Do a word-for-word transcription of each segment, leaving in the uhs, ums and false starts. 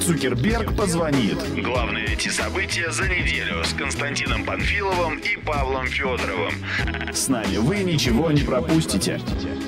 Цукерберг позвонит. Главные ай ти-события за неделю с Константином Панфиловым и Павлом Федоровым. С нами вы ничего не пропустите.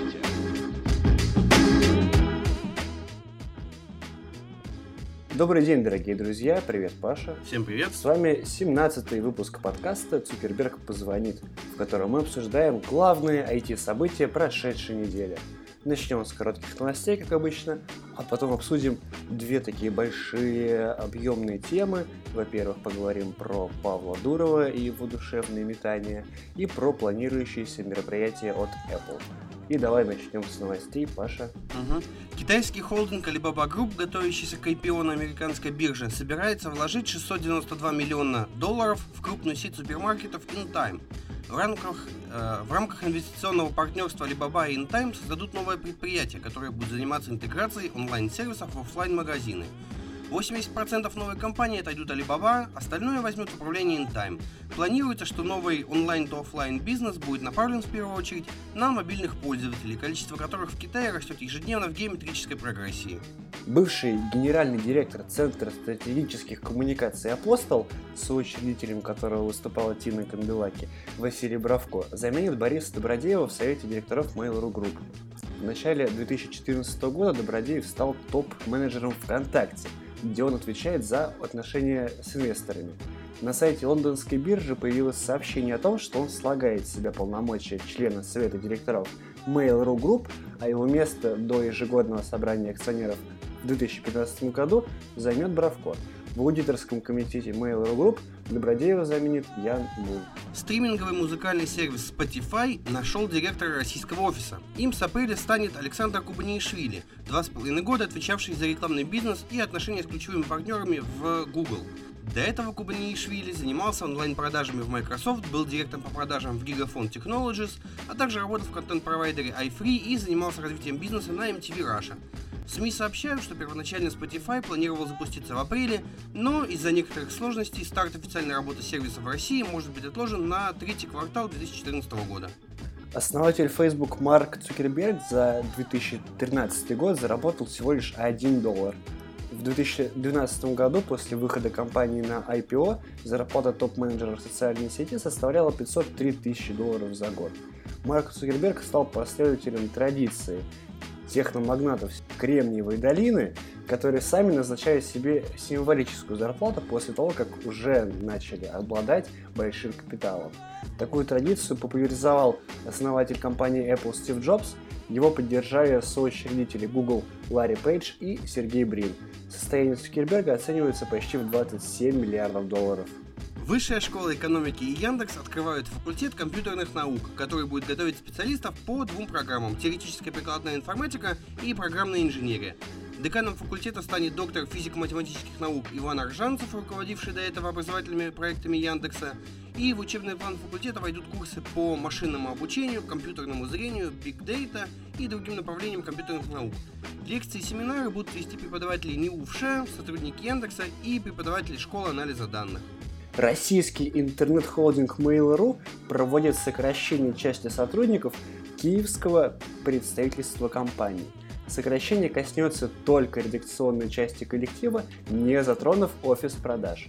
Добрый день, дорогие друзья. Привет, Паша. Всем привет. С вами семнадцатый выпуск подкаста «Цукерберг позвонит», в котором мы обсуждаем главные ай ти-события прошедшей недели. Начнем с коротких новостей, как обычно, а потом обсудим две такие большие объемные темы. Во-первых, поговорим про Павла Дурова и его душевные метания, и про планирующиеся мероприятия от Apple. И давай начнем с новостей, Паша. Угу. Китайский холдинг Alibaba Group, готовящийся к ай пи о на американской бирже, собирается вложить шестьсот девяносто два миллиона долларов в крупную сеть супермаркетов InTime. В рамках, э, в рамках инвестиционного партнерства Alibaba и InTime создадут новое предприятие, которое будет заниматься интеграцией онлайн-сервисов в офлайн-магазины. восемьдесят процентов новой компании отойдут Alibaba, остальное возьмет в управление InTime. Планируется, что новый онлайн-то-офлайн бизнес будет направлен в первую очередь на мобильных пользователей, количество которых в Китае растет ежедневно в геометрической прогрессии. Бывший генеральный директор Центра стратегических коммуникаций «Апостол», соучредителем которого выступала Тина Канделаки, Василий Бравко, заменит Бориса Добродеева в совете директоров Mail.ru Group. В начале две тысячи четырнадцатого года Добродеев стал топ-менеджером ВКонтакте, где он отвечает за отношения с инвесторами. На сайте лондонской биржи появилось сообщение о том, что он слагает в себя полномочия члена совета директоров Mail.ru Group, а его место до ежегодного собрания акционеров в две тысячи пятнадцатом году займет Бравко. В аудиторском комитете Mail.ru Group Добродеева заменит Ян Бул. Стриминговый музыкальный сервис Spotify нашел директора российского офиса. Им с апреля станет Александр Кубаниишвили, два с половиной года отвечавший за рекламный бизнес и отношения с ключевыми партнерами в Google. До этого Кубаниишвили занимался онлайн-продажами в Microsoft, был директором по продажам в Gigaphone Technologies, а также работал в контент-провайдере iFree и занимался развитием бизнеса на эм ти ви Russia. СМИ сообщают, что первоначально Spotify планировал запуститься в апреле, но из-за некоторых сложностей старт официальной работы сервиса в России может быть отложен на третий квартал две тысячи четырнадцатого года. Основатель Facebook Марк Цукерберг за две тысячи тринадцатый год заработал всего лишь один доллар. В две тысячи двенадцатом году, после выхода компании на ай пи о, зарплата топ-менеджера в социальной сети составляла пятьсот три тысячи долларов за год. Марк Цукерберг стал последователем традиции техномагнатов Кремниевой долины, которые сами назначают себе символическую зарплату после того, как уже начали обладать большим капиталом. Такую традицию популяризовал основатель компании Apple Стив Джобс, его поддержали соучредители Google Ларри Пейдж и Сергей Брин. Состояние Цукерберга оценивается почти в двадцать семь миллиардов долларов. Высшая школа экономики и Яндекс открывают факультет компьютерных наук, который будет готовить специалистов по двум программам – теоретическая прикладная информатика и программная инженерия. Деканом факультета станет доктор физико-математических наук Иван Аржанцев, руководивший до этого образовательными проектами Яндекса. И в учебный план факультета войдут курсы по машинному обучению, компьютерному зрению, биг дейта и другим направлениям компьютерных наук. Лекции и семинары будут вести преподаватели эн и ю в ШЭ, сотрудники Яндекса и преподаватели школы анализа данных. Российский интернет-холдинг Mail.ru проводит сокращение части сотрудников киевского представительства компании. Сокращение коснется только редакционной части коллектива, не затронув офис продаж.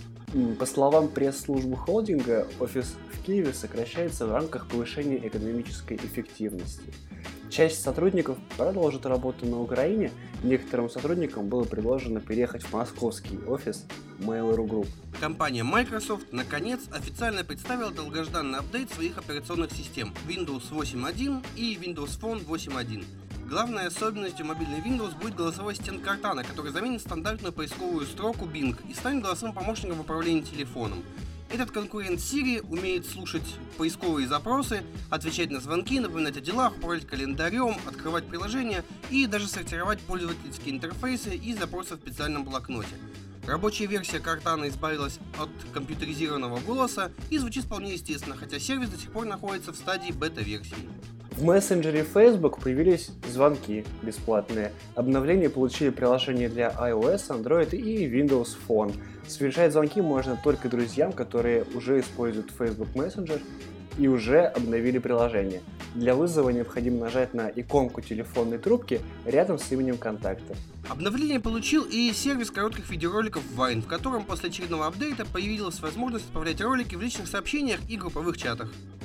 По словам пресс-службы холдинга, офис в Киеве сокращается в рамках повышения экономической эффективности. Часть сотрудников продолжит работу на Украине, некоторым сотрудникам было предложено переехать в московский офис Mail.ru Group. Компания Microsoft наконец официально представила долгожданный апдейт своих операционных систем Windows восемь точка один и Windows Phone восемь точка один. Главной особенностью мобильной Windows будет голосовой ассистент Cortana, который заменит стандартную поисковую строку Bing и станет голосовым помощником в управлении телефоном. Этот конкурент Siri умеет слушать поисковые запросы, отвечать на звонки, напоминать о делах, управлять календарем, открывать приложения и даже сортировать пользовательские интерфейсы и запросы в специальном блокноте. Рабочая версия Cortana избавилась от компьютеризированного голоса и звучит вполне естественно, хотя сервис до сих пор находится в стадии бета-версии. В мессенджере Facebook появились звонки бесплатные. Обновления получили приложения для iOS, Android и Windows Phone. Совершать звонки можно только друзьям, которые уже используют Facebook Messenger. и уже обновили приложение. Для вызова необходимо нажать на иконку телефонной трубки рядом с именем контакта. Обновление получил и сервис коротких видеороликов Vine, в котором после очередного апдейта появилась возможность отправлять ролики в личных сообщениях и групповых чатах.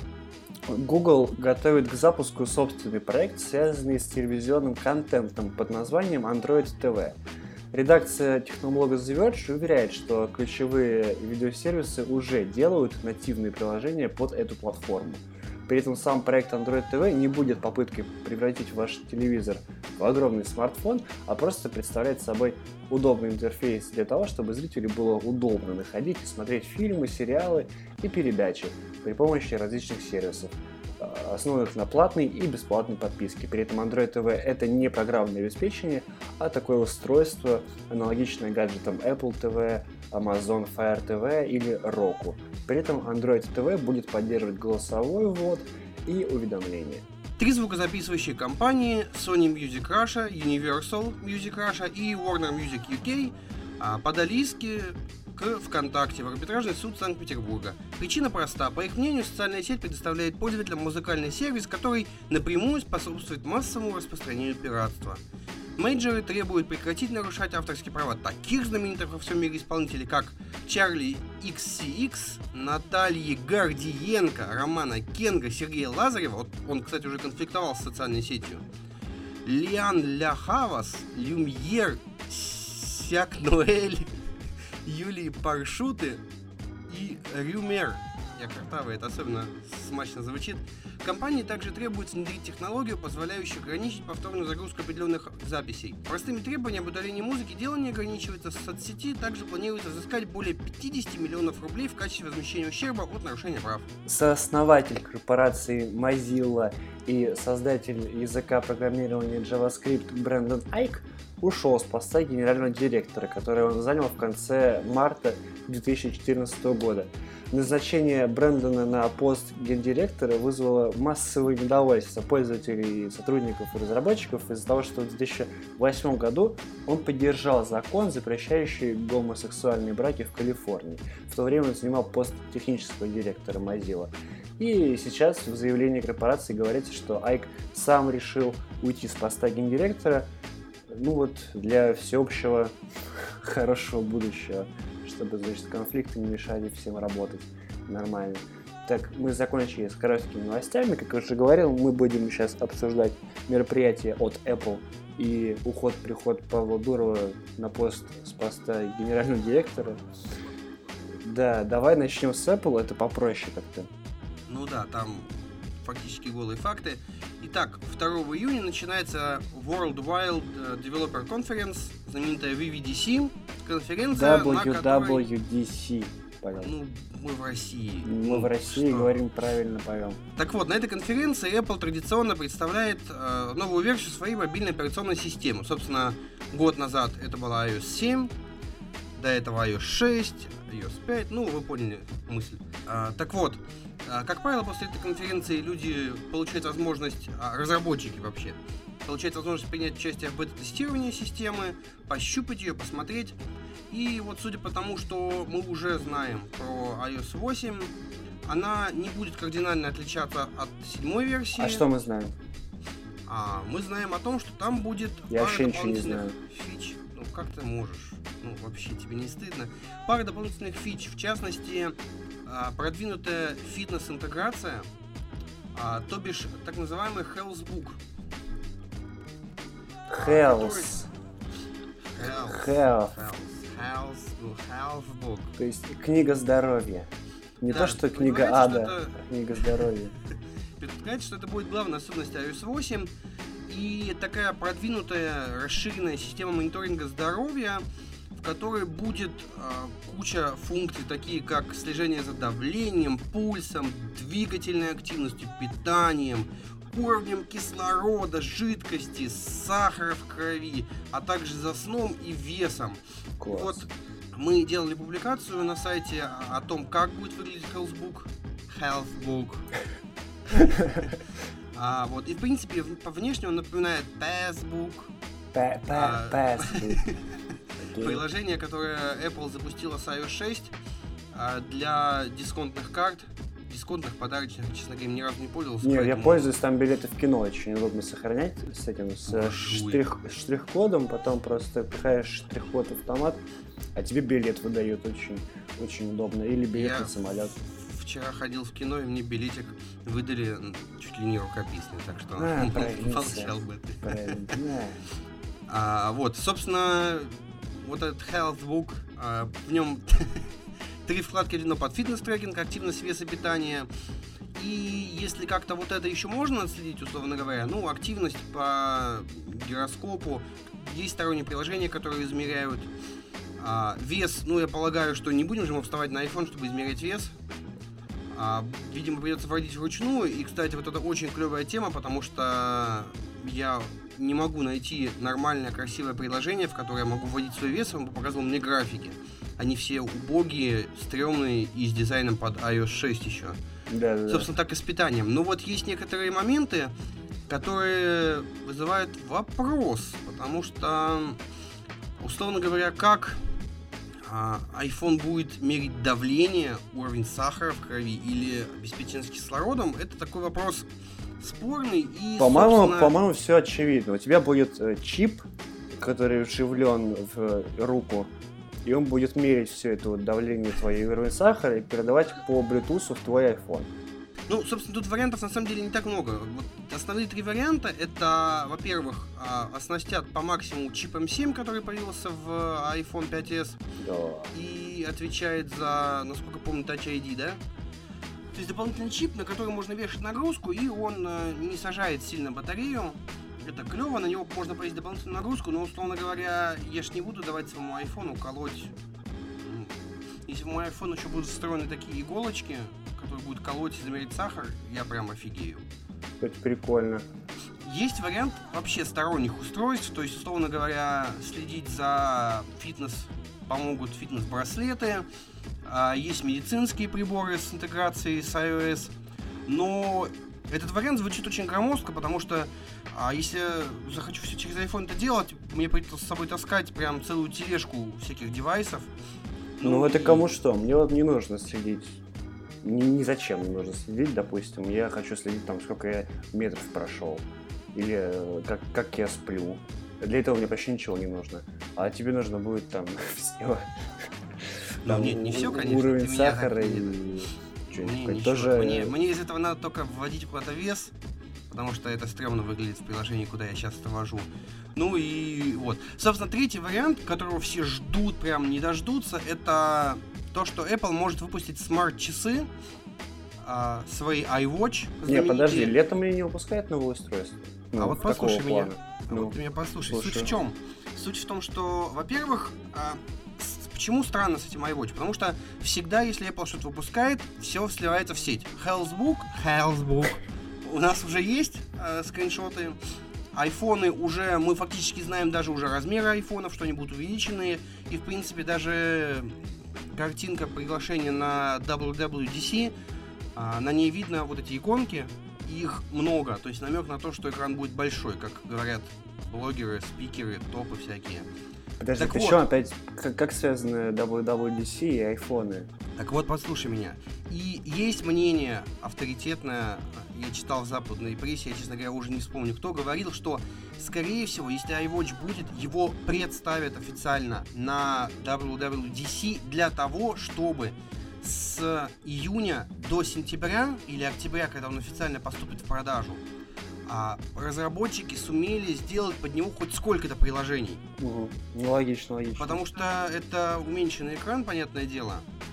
Google готовит к запуску собственный проект, связанный с телевизионным контентом под названием Android ти ви. Редакция техноблога The Verge уверяет, что ключевые видеосервисы уже делают нативные приложения под эту платформу. При этом сам проект Android ти ви не будет попыткой превратить ваш телевизор в огромный смартфон, а просто представляет собой удобный интерфейс для того, чтобы зрителю было удобно находить и смотреть фильмы, сериалы и передачи при помощи различных сервисов, основанных на платной и бесплатной подписке. При этом Android ти ви это не программное обеспечение, а такое устройство, аналогичное гаджетам Apple ти ви, Amazon Fire ти ви или Roku. При этом Android ти ви будет поддерживать голосовой ввод и уведомления. Три звукозаписывающие компании Sony Music Russia, Universal Music Russia и Warner Music ю кей подали иски к ВКонтакте в арбитражный суд Санкт-Петербурга. Причина проста. По их мнению, социальная сеть предоставляет пользователям музыкальный сервис, который напрямую способствует массовому распространению пиратства. Мейджоры требуют прекратить нарушать авторские права таких знаменитых во всем мире исполнителей, как Чарли икс си икс, Натальи Гордиенко, Романа Кенга, Сергея Лазарева, вот он, кстати, уже конфликтовал с социальной сетью, Лиан Ляхавас, Люмьер Сякноэль, Юлии Паршуты и Рюмер. Я картавый, это особенно смачно звучит. Компании также требуется внедрить технологию, позволяющую ограничить повторную загрузку определенных записей. Простыми требованиями об удалении музыки дело не ограничивается. С соцсети также планируется взыскать более пятьдесят миллионов рублей в качестве возмещения ущерба от нарушения прав. Сооснователь корпорации Mozilla и создатель языка программирования JavaScript Брэндон Айк ушел с поста генерального директора, который он занял в конце марта две тысячи четырнадцатого года. Назначение Брэндона на пост гендиректора вызвало массовое недовольство пользователей, сотрудников и разработчиков из-за того, что в две тысячи восьмом году он поддержал закон, запрещающий гомосексуальные браки в Калифорнии. В то время он занимал пост технического директора Mozilla. И сейчас в заявлении корпорации говорится, что Айк сам решил уйти с поста гендиректора, ну вот, для всеобщего хорошего будущего, чтобы, значит, конфликты не мешали всем работать нормально. Так, мы закончили с короткими новостями. Как я уже говорил, мы будем сейчас обсуждать мероприятие от Apple и уход-приход Павла Дурова на пост с поста генерального директора. Да, давай начнем с Apple, это попроще как-то. Ну да, там фактически голые факты. Итак, второго июня начинается World Wide Developer Conference, знаменитая ви ви ди си, конференция, дабл ю на дабл которой... ю ди си, пожалуйста. Ну, мы в России. Мы ну, в России что? говорим правильно, Павел. Так вот, на этой конференции Apple традиционно представляет э, новую версию своей мобильной операционной системы. Собственно, год назад это была ай о эс семь, до этого ай о эс шесть, ай о эс пять, ну, вы поняли мысль. А, так вот, а, как правило, после этой конференции люди получают возможность, а, разработчики вообще, получают возможность принять участие в бета-тестировании системы, пощупать ее, посмотреть. И вот судя по тому, что мы уже знаем про ай о эс восемь, она не будет кардинально отличаться от седьмой версии. А что мы знаем? А, мы знаем о том, что там будет Я пара вообще ничего не дополнительных знаю. фич. Ну, как ты можешь? Ну, вообще, тебе не стыдно? Пара дополнительных фич, в частности, продвинутая фитнес-интеграция, то бишь так называемый Healthbook. Health. Health. Health. Healthbook. То есть книга здоровья. Не Да, то, что вы книга понимаете, ада, что это- а книга здоровья. Предполагается, что это будет главная особенность ай о эс восемь и такая продвинутая, расширенная система мониторинга здоровья, в которой будет э, куча функций, такие как слежение за давлением, пульсом, двигательной активностью, питанием, уровнем кислорода, жидкости, сахара в крови, а также за сном и весом. Класс. Вот мы делали публикацию на сайте о, о том, как будет выглядеть Healthbook. Healthbook. А, вот, и в принципе по внешне он напоминает Passbook, Па- па- А. Passbook. Окей. приложение, которое Apple запустила с ай о эс шесть а, для дисконтных карт, дисконтных, подарочных, честно говоря, ни разу не пользовался. Нет, поэтому... я пользуюсь, там билеты в кино очень удобно сохранять с этим, с Ой. штрих, штрих-кодом, потом просто пихаешь штрих-код в автомат, а тебе билет выдают очень, очень удобно, или билет Я на самолет. Вчера ходил в кино, и мне билетик выдали чуть ли не рукописный, так что А, молчал бы ты. Правильно, да. А, вот, собственно, вот этот Health Book, а, в нем три вкладки отделено под фитнес-трекинг, активность, вес и питание. И если как-то вот это еще можно отследить, условно говоря, ну, активность по гироскопу, есть сторонние приложения, которые измеряют а, вес. Ну, я полагаю, что не будем же мы вставать на iPhone, чтобы измерять вес. А, видимо, придется вводить вручную. И, кстати, вот это очень клевая тема, потому что я не могу найти нормальное, красивое приложение, в которое я могу вводить свой вес, он бы показывал мне графики. Они все убогие, стрёмные и с дизайном под ай о эс шесть еще. Да, да, Собственно, так и с питанием. Но вот есть некоторые моменты, которые вызывают вопрос, потому что, условно говоря, как а, iPhone будет мерить давление, уровень сахара в крови или обеспеченность кислородом, это такой вопрос спорный и, По-моему, собственно... по-моему, все очевидно. У тебя будет э, чип, который вживлен в э, руку, и он будет мерить все это вот давление твоей уровень сахара и передавать по Bluetooth в твой iPhone. Ну, собственно, тут вариантов на самом деле не так много. Вот основные три варианта это, во-первых, оснастят по максимуму чип эм семь, который появился в iPhone пять эс, Да. и отвечает за, насколько помню, Touch ай ди, да? То есть дополнительный чип, на который можно вешать нагрузку, и он не сажает сильно батарею. Это клево, на него можно повесить дополнительную нагрузку, но, условно говоря, я ж не буду давать своему айфону колоть. Если в мой iPhone еще будут встроены такие иголочки, которые будут колоть и замерить сахар, я прям офигею. Это прикольно. Есть вариант вообще сторонних устройств, то есть, условно говоря, следить за фитнес, помогут фитнес-браслеты, есть медицинские приборы с интеграцией с iOS, но этот вариант звучит очень громоздко, потому что а если я захочу все через iPhone это делать, мне придется с собой таскать прям целую тележку всяких девайсов. Ну, ну это и... кому что? Мне вот не нужно следить. Ни, ни зачем не нужно следить, допустим. Я хочу следить, там, сколько я метров прошел. Или как, как я сплю. Для этого мне почти ничего не нужно. А тебе нужно будет там все. Ну, нет, не все, конечно. Уровень сахара и... Мне, тоже... мне, мне из этого надо только вводить куда-то вес, потому что это стрёмно выглядит в приложении, куда я сейчас это ввожу. Ну и вот. Собственно, третий вариант, которого все ждут, прям не дождутся, это то, что Apple может выпустить смарт-часы, а, свои iWatch. Не, подожди, летом ли не выпускает новое устройство? Ну, а вот послушай меня. Плана? А ну, вот ты меня послушай. Слушаю. Суть в чем? Суть в том, что, во-первых, а, с, почему странно с этим iWatch? Потому что всегда, если Apple что-то выпускает, все сливается в сеть. Healthbook, Healthbook. У нас уже есть э, скриншоты. Айфоны уже, мы фактически знаем даже уже размеры айфонов, что они будут увеличенные. И, в принципе, даже картинка приглашения на дабл ю дабл ю ди си, э, на ней видно вот эти иконки. Их много, то есть намек на то, что экран будет большой, как говорят блогеры, спикеры, топы всякие. Подожди, так причем вот, опять, как, как связаны дабл ю дабл ю ди си и айфоны? Так вот, послушай меня. И есть мнение авторитетное, я читал в западной прессе, я, честно говоря, уже не вспомню, кто говорил, что, скорее всего, если iWatch будет, его представят официально на дабл ю дабл ю ди си для того, чтобы с июня до сентября или октября, когда он официально поступит в продажу, а разработчики сумели сделать под него хоть сколько-то приложений. Угу. Ну, логично, логично. Потому что это уменьшенный экран, понятное дело,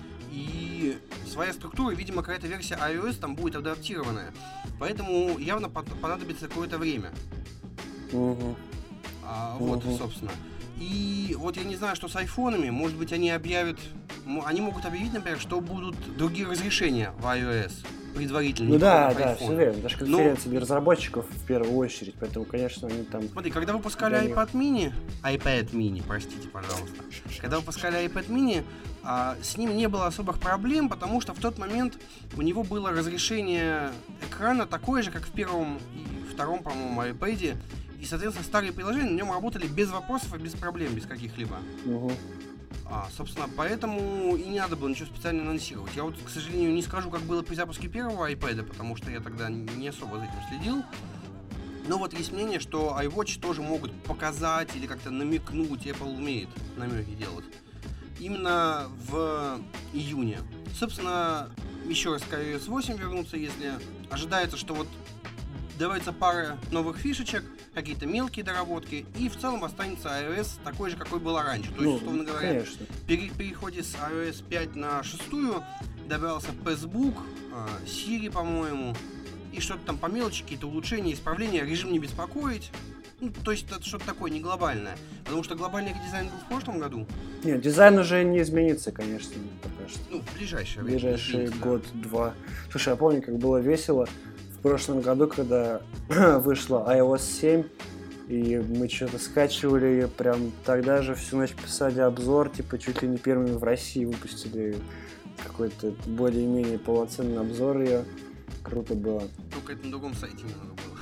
и своя структура, видимо, какая-то версия iOS там будет адаптированная. Поэтому явно понадобится какое-то время. Угу. А, вот, угу. собственно. И вот я не знаю, что с айфонами, может быть, они объявят, они могут объявить, например, что будут другие разрешения в iOS предварительно. Ну да, да, все верно. Даже конференция для разработчиков в первую очередь, поэтому, конечно, они там... Смотри, когда выпускали iPad mini, iPad mini, простите, пожалуйста, когда выпускали iPad mini, а, с ним не было особых проблем, потому что в тот момент у него было разрешение экрана такое же, как в первом и втором, по-моему, iPad, и, соответственно, старые приложения на нем работали без вопросов и без проблем, без каких-либо. Угу. А, собственно, поэтому и не надо было ничего специально анонсировать. Я вот, к сожалению, не скажу, как было при запуске первого iPad, потому что я тогда не особо за этим следил. Но вот есть мнение, что iWatch тоже могут показать или как-то намекнуть, Apple умеет намеки делать. Именно в июне. Собственно, еще раз к iOS восемь вернуться, если ожидается, что вот добавится пара новых фишечек, какие-то мелкие доработки, и в целом останется iOS такой же, какой была раньше. То есть, Ну, условно говоря, конечно. при переходе с iOS пять на шестую добавился Facebook, Siri, по-моему, и что-то там по мелочи, какие-то улучшения, исправления, режим не беспокоить. Ну, то есть это что-то такое не глобальное. Потому что глобальный редизайн был в прошлом году. Нет, дизайн уже не изменится, конечно, пока что. Ну, в ближайшее В время. ближайший изменится, да. год-два. Слушай, я помню, как было весело в прошлом году, когда вышла iOS семь, и мы что-то скачивали ее, прям тогда же всю ночь писали обзор, типа чуть ли не первыми в России выпустили какой-то более-менее полноценный обзор ее. Круто было. Только это на другом сайте немного было.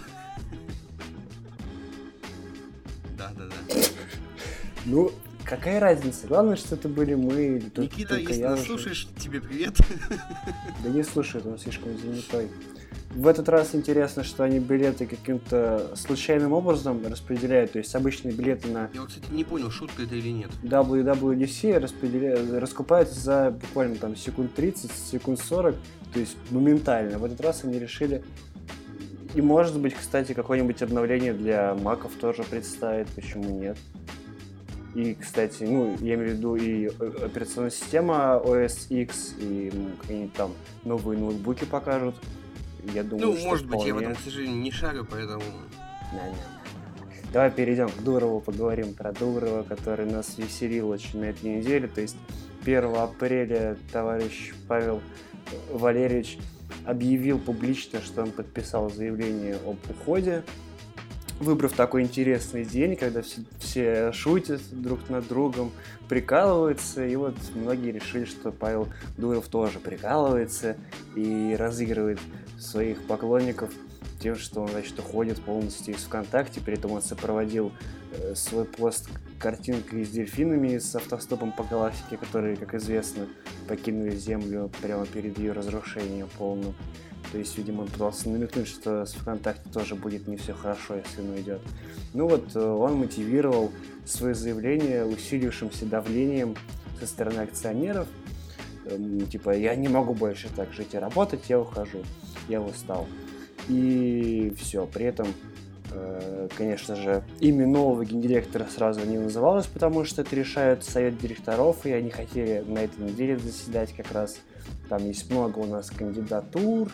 Да, да, да. Ну, какая разница? Главное, что это были мы. Или только, Никита, только если я нас уже. слушаешь, тебе привет. Да не слушает, он слишком занятой. В этот раз интересно, что они билеты каким-то случайным образом распределяют. То есть обычные билеты на Я вот, кстати, не понял, шутка это или нет. дабл ю дабл ю ди си распределяют, раскупаются за буквально там секунд тридцать, секунд сорок, то есть моментально. В этот раз они решили. И может быть, кстати, какое-нибудь обновление для маков тоже представит, почему нет. И, кстати, ну, я имею в виду и операционная система о эс икс, и ну, какие-нибудь там новые ноутбуки покажут. Я думаю, Ну, что может быть, я в вполне. этом, к сожалению, не шарю, поэтому... Не-не-не. Давай перейдем к Дурову, поговорим про Дурова, который нас веселил очень на этой неделе. То есть первого апреля товарищ Павел Валерьевич объявил публично, что он подписал заявление об уходе, выбрав такой интересный день, когда все, все шутят друг над другом, прикалываются, и вот многие решили, что Павел Дуров тоже прикалывается и разыгрывает своих поклонников тем, что он, значит, уходит полностью из ВКонтакте, при этом он сопроводил э, свой пост картинкой с дельфинами с автостопом по галактике, которые, как известно, покинули Землю прямо перед ее разрушением полным. То есть, видимо, он пытался намекнуть, что с ВКонтакте тоже будет не все хорошо, если он уйдет. Ну вот, он мотивировал свое заявление усилившимся давлением со стороны акционеров. Эм, типа, я не могу больше так жить и работать, я ухожу, я устал. И все, при этом, э, конечно же, имя нового гендиректора сразу не называлось, потому что это решает совет директоров, и они хотели на этой неделе заседать как раз. Там есть много у нас кандидатур,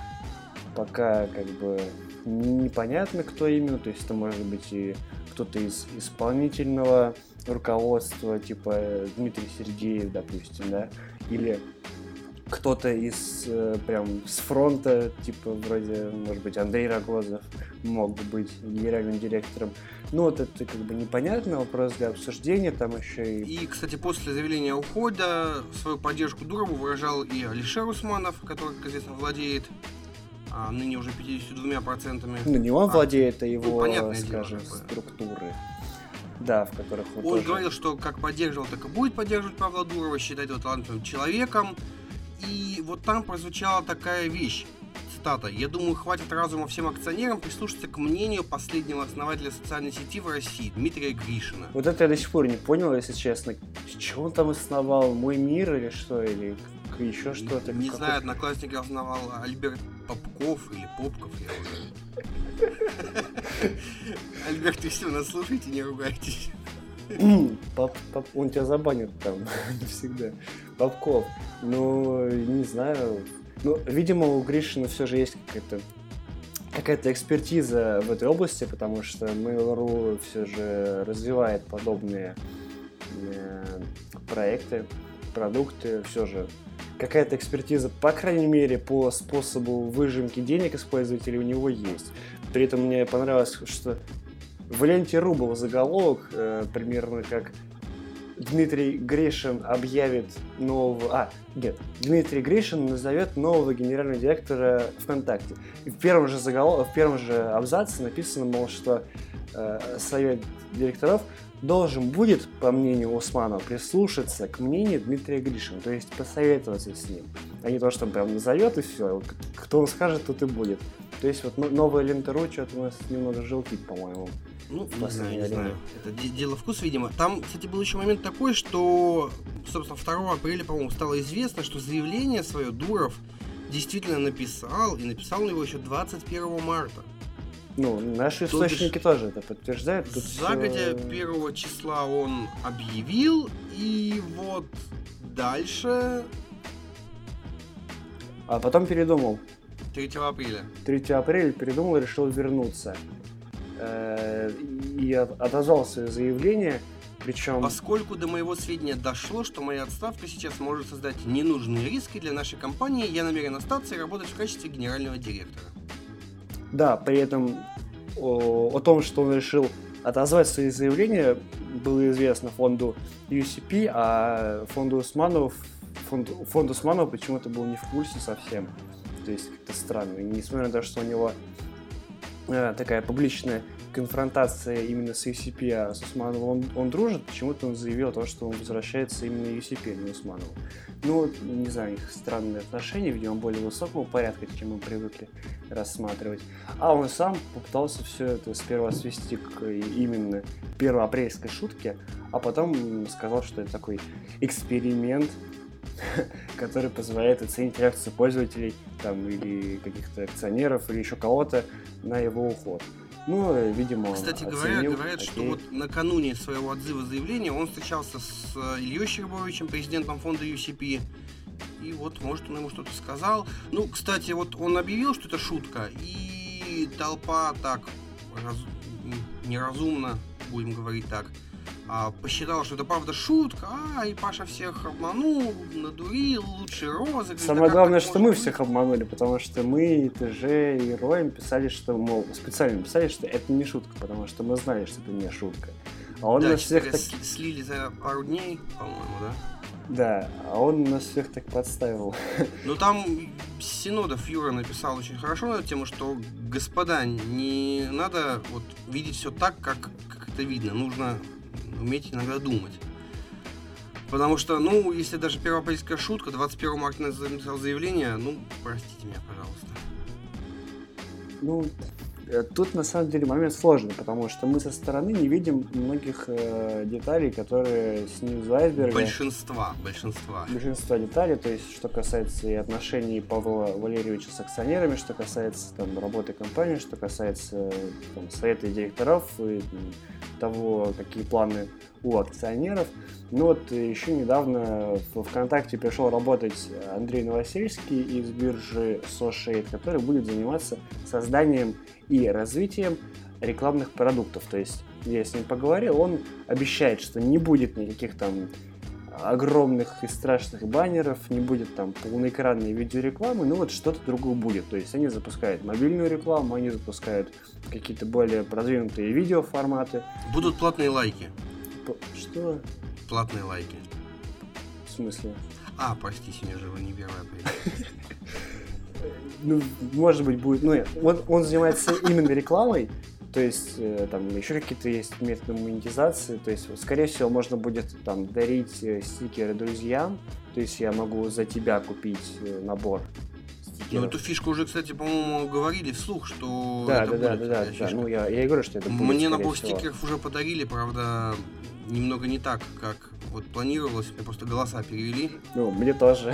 пока как бы непонятно, кто именно, то есть это может быть и кто-то из исполнительного руководства, типа Дмитрий Сергеев, допустим, да, или кто-то из э, прям с фронта, типа вроде, может быть, Андрей Рогозов мог бы быть генеральным директором. Ну вот это как бы непонятно, вопрос для обсуждения, там еще и... И, кстати, после заявления о уходе свою поддержку Дурову выражал и Алишер Усманов, который, как известно, владеет а, ныне уже пятьдесят два процента. Ну не он а, владеет, а его, ну, скажем, дело, структуры. Да, в которых он, он тоже... говорил, что как поддерживал, так и будет поддерживать Павла Дурова, считать его талантливым человеком. И вот там прозвучала такая вещь, цитата: «Я думаю, хватит разума всем акционерам прислушаться к мнению последнего основателя социальной сети в России, Дмитрия Гришина». Вот это я до сих пор не понял, если честно. Что он там основал? Мой мир или что? Или еще что-то? Не Какой... знаю, одноклассник основал Альберт Попков или Попков, я уже... Альберт, вы все нас слушаете, не ругайтесь. Пап, пап, он тебя забанит там навсегда. Попков. Ну, не знаю. Ну, видимо, у Гришина все же есть какая-то какая-то экспертиза в этой области, потому что Mail.ru все же развивает подобные э, проекты, продукты. Все же какая-то экспертиза, по крайней мере, по способу выжимки денег из пользователей у него есть. При этом мне понравилось, что в ленте Ру был заголовок, э, примерно как Дмитрий Гришин объявит нового... А, нет, Дмитрий Гришин назовет нового генерального директора ВКонтакте. И в первом же заголовке, в первом же абзаце написано, мол, что э, совет директоров должен будет, по мнению Усманова, прислушаться к мнению Дмитрия Гришина, то есть посоветоваться с ним, а не то, что он прям назовет и все, кто он скажет, тот и будет. То есть вот новая лента.ру что-то у нас немного желтит, по-моему. Ну, не знаю, не знаю. Это дело вкуса, видимо. Там, кстати, был еще момент такой, что, собственно, второго апреля, по-моему, стало известно, что заявление свое Дуров действительно написал, и написал он его еще двадцать первого марта. Ну, наши Тут источники тоже это подтверждают. Тут загодя все... первого числа он объявил, и вот дальше... А потом передумал. третьего апреля. третьего апреля передумал и решил вернуться. И отозвал свое заявление, причем... Поскольку до моего сведения дошло, что моя отставка сейчас может создать ненужные риски для нашей компании, я намерен остаться и работать в качестве генерального директора. Да, при этом о, о том, что он решил отозвать свои заявления, было известно фонду ю си пи, а фонду Усманов, фонд, фонд Усманова почему-то был не в курсе совсем. То есть как-то странно. И несмотря на то, что у него э, такая публичная конфронтация именно с ю си пи, а с Усмановым он, он дружит, почему-то он заявил то, что он возвращается именно ю си пи, а не Усманову. Ну, не знаю, их странные отношения, видимо, более высокого порядка, чем мы привыкли рассматривать. А он сам попытался все это сперва свести к именно первоапрельской шутке, а потом сказал, что это такой эксперимент, который позволяет оценить реакцию пользователей там, или каких-то акционеров, или еще кого-то на его уход. Ну, видимо, Кстати оценил, говоря, говорят, окей. что вот накануне своего отзыва заявления он встречался с Ильей Щербовичем, президентом фонда ю си пи, и вот, может, он ему что-то сказал. Ну, кстати, вот он объявил, что это шутка, и толпа так раз... неразумно, будем говорить так, а, посчитал, что это правда шутка, а, и Паша всех обманул, надурил, лучший розыгрыш. Самое да главное, что мы быть? всех обманули, потому что мы, и ТЖ, и Роем писали, что, мол, специально писали, что это не шутка, потому что мы знали, что это не шутка. А он да, нас всех так... слили за пару дней, по-моему, да? Да, а он нас всех так подставил. Ну там Синодов Юра написал очень хорошо на эту тему, что, господа, не надо вот видеть все так, как, как это видно, нужно уметь иногда думать. Потому что, ну, если даже первоапрельская шутка, двадцать первого марта написал заявление, ну, простите меня, пожалуйста. Ну, тут на самом деле момент сложный, потому что мы со стороны не видим многих э, деталей, которые снизу айсберга. Большинства, большинства. Большинство деталей, то есть что касается и отношений Павла Валерьевича с акционерами, что касается там работы компании, что касается там, совета директоров и там, того, какие планы у акционеров. Ну вот еще недавно в ВКонтакте пришел работать Андрей Новосельский из биржи SoShade, который будет заниматься созданием и развитием рекламных продуктов. То есть я с ним поговорил, он обещает, что не будет никаких там огромных и страшных баннеров, не будет там полноэкранной видеорекламы, ну вот что-то другое будет. То есть они запускают мобильную рекламу, они запускают какие-то более продвинутые видеоформаты. Будут платные лайки. Что? Платные лайки. В смысле? А, прости, сегодня же не первое апреля. Ну, может быть, будет... Ну, он, он занимается именно рекламой, то есть э, там еще какие-то есть методы монетизации, то есть, скорее всего, можно будет там дарить э, стикеры друзьям, то есть я могу за тебя купить э, набор стикеров. Ну, эту фишку уже, кстати, по-моему, говорили вслух, что да, это да, будет. Да, да, да, да. Ну, я, я и говорю, что это будет, мне набор всего. стикеров уже подарили, правда, немного не так, как вот планировалось, мне просто голоса перевели. Ну, мне тоже.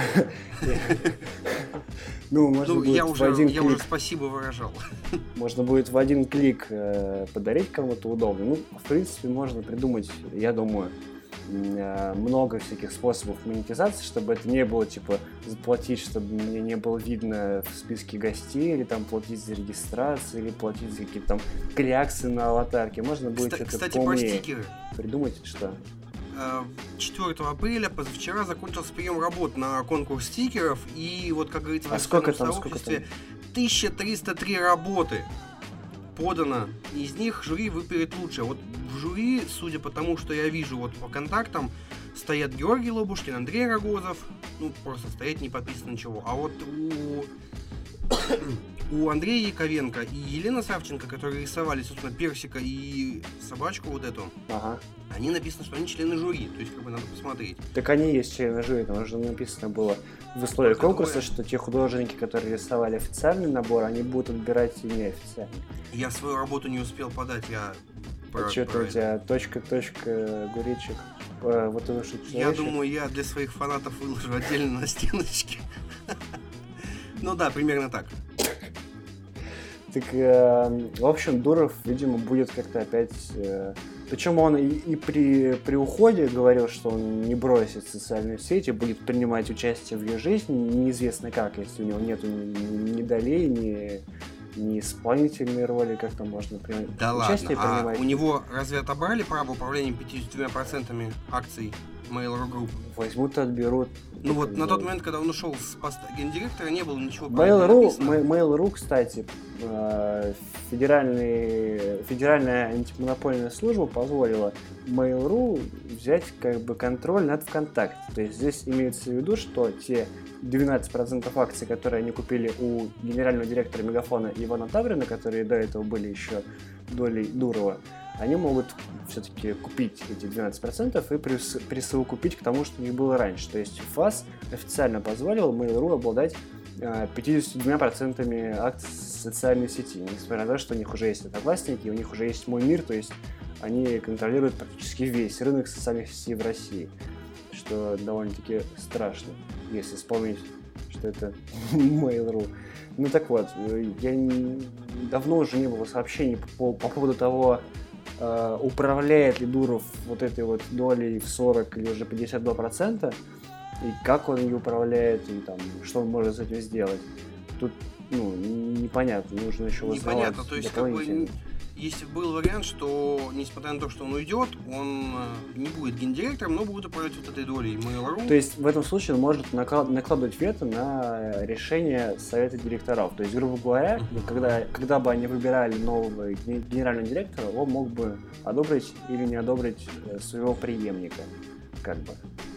Ну, можно будет я в уже, один я клик, уже спасибо выражал. Можно будет в один клик э, подарить кому-то удобно. Ну, в принципе, можно придумать, я думаю, э, много всяких способов монетизации, чтобы это не было, типа, заплатить, чтобы мне не было видно в списке гостей, или там платить за регистрацию, или платить за какие-то там кляксы на аватарке. Можно будет Кстати, что-то кстати про поумнее стикеры. придумать, что... четвёртого апреля, позавчера, закончился прием работ на конкурс стикеров, и вот, как говорится, в а сколько там, сообществе сколько там? тысяча триста три работы подано, из них жюри выберет лучшее. Вот в жюри, судя по тому, что я вижу вот по контактам, стоят Георгий Лобушкин, Андрей Рогозов, ну, просто стоять, не подписано ничего. А вот у, у Андрея Яковенко и Елены Савченко, которые рисовали, собственно, персика и собачку вот эту, Ага. они написано, что они члены жюри, то есть как бы надо посмотреть. Так они есть члены жюри, там уже написано было в условиях Только конкурса, двое. что те художники, которые рисовали официальный набор, они будут отбирать и неофициальный. Я свою работу не успел подать, я... про- А что-то про у это. тебя точка-точка гуречек, э, вот это что Я думаю, я для своих фанатов выложу отдельно на стеночке. Ну да, примерно так. Так, э, в общем, Дуров, видимо, будет как-то опять... Э, причем он и, и при, при уходе говорил, что он не бросит социальные сети, будет принимать участие в ее жизни, неизвестно как, если у него нету ни, ни долей, ни, ни исполнительной роли, как там можно принимать. Да участие ладно, а принимать. у него разве отобрали право управления пятьюдесятью двумя процентами акций Mail.ru Group? Возьмут, отберут. Ну вот Как на бы. тот момент, когда он ушел с поста гендиректора, не было ничего про это Mail.ru, написано. Mail- Mail.ru, кстати, э, федеральный, федеральная антимонопольная служба позволила Mail.ru взять как бы контроль над ВКонтакте. То есть здесь имеется в виду, что те двенадцать процентов акций, которые они купили у генерального директора Мегафона Ивана Таврина, которые до этого были еще долей Дурова, они могут все-таки купить эти двенадцать процентов и прис- присовокупить к тому, что у них было раньше. То есть ФАС официально позволил Mail.ru обладать э, пятьюдесятью двумя процентами акций социальной сети, несмотря на то, что у них уже есть Одноклассники, у них уже есть Мой мир, то есть они контролируют практически весь рынок социальных сетей в России, что довольно-таки страшно, если вспомнить, что это Mail.ru. Ну так вот, я не- давно уже не было сообщений по, по поводу того, э, управляет ли Дуров вот этой вот долей в сорок или уже пятьдесят два процента, и как он ее управляет, и там, что он может с этим сделать. Тут, ну, непонятно, нужно еще узнавать Непонятно, то есть как бы дополнительно. если был вариант, что несмотря на то, что он уйдет, он э, не будет гендиректором, но будет управлять вот этой долей Mail.ru. То есть в этом случае он может накла- накладывать вето на решение совета директоров. То есть, грубо говоря, Мгм. когда, когда бы они выбирали нового ге- генерального директора, он мог бы одобрить или не одобрить э, своего преемника. Как бы.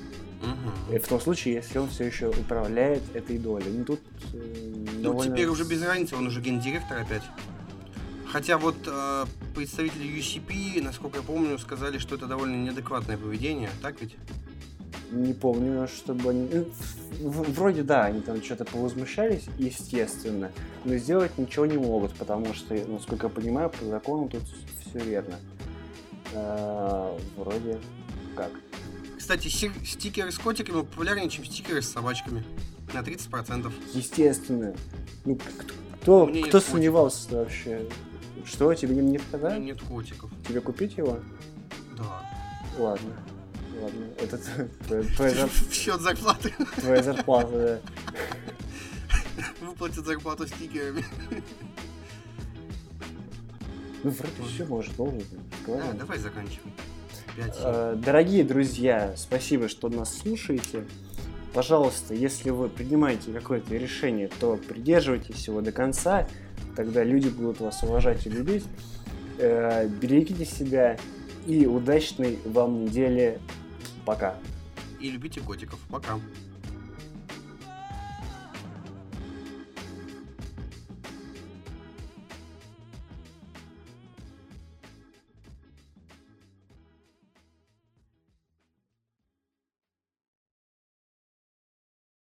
Мгм. И в том случае, если он все еще управляет этой долей. Ну тут э, Ну, довольно... теперь уже без разницы, он уже гендиректор опять. Хотя вот э, представители ю си пи, насколько я помню, сказали, что это довольно неадекватное поведение, так ведь? Не помню, чтобы они... э, в- Вроде да, они там что-то повозмущались, естественно, но сделать ничего не могут, потому что, насколько я понимаю, по закону тут все верно. Э, Вроде как. Кстати, си- стикеры с котиками популярнее, чем стикеры с собачками. На тридцать процентов. Естественно. Ну, к- кто, У меня нет кто котиков. сомневался вообще? Что, тебе не, не У сказали? меня нет котиков. Тебе купить его? Да. Ладно. Ладно. Это т- твоя, твоя зар- В счет зарплаты. твоя зарплата, да. Выплатят зарплату стикерами. Ну, вроде все, может, должен. Да, давай заканчивай. пять Э, Дорогие друзья, спасибо, что нас слушаете. Пожалуйста, если вы принимаете какое-то решение, то придерживайтесь его до конца, тогда люди будут вас уважать и любить. Э, Берегите себя и удачной вам недели. Пока. И любите котиков. Пока.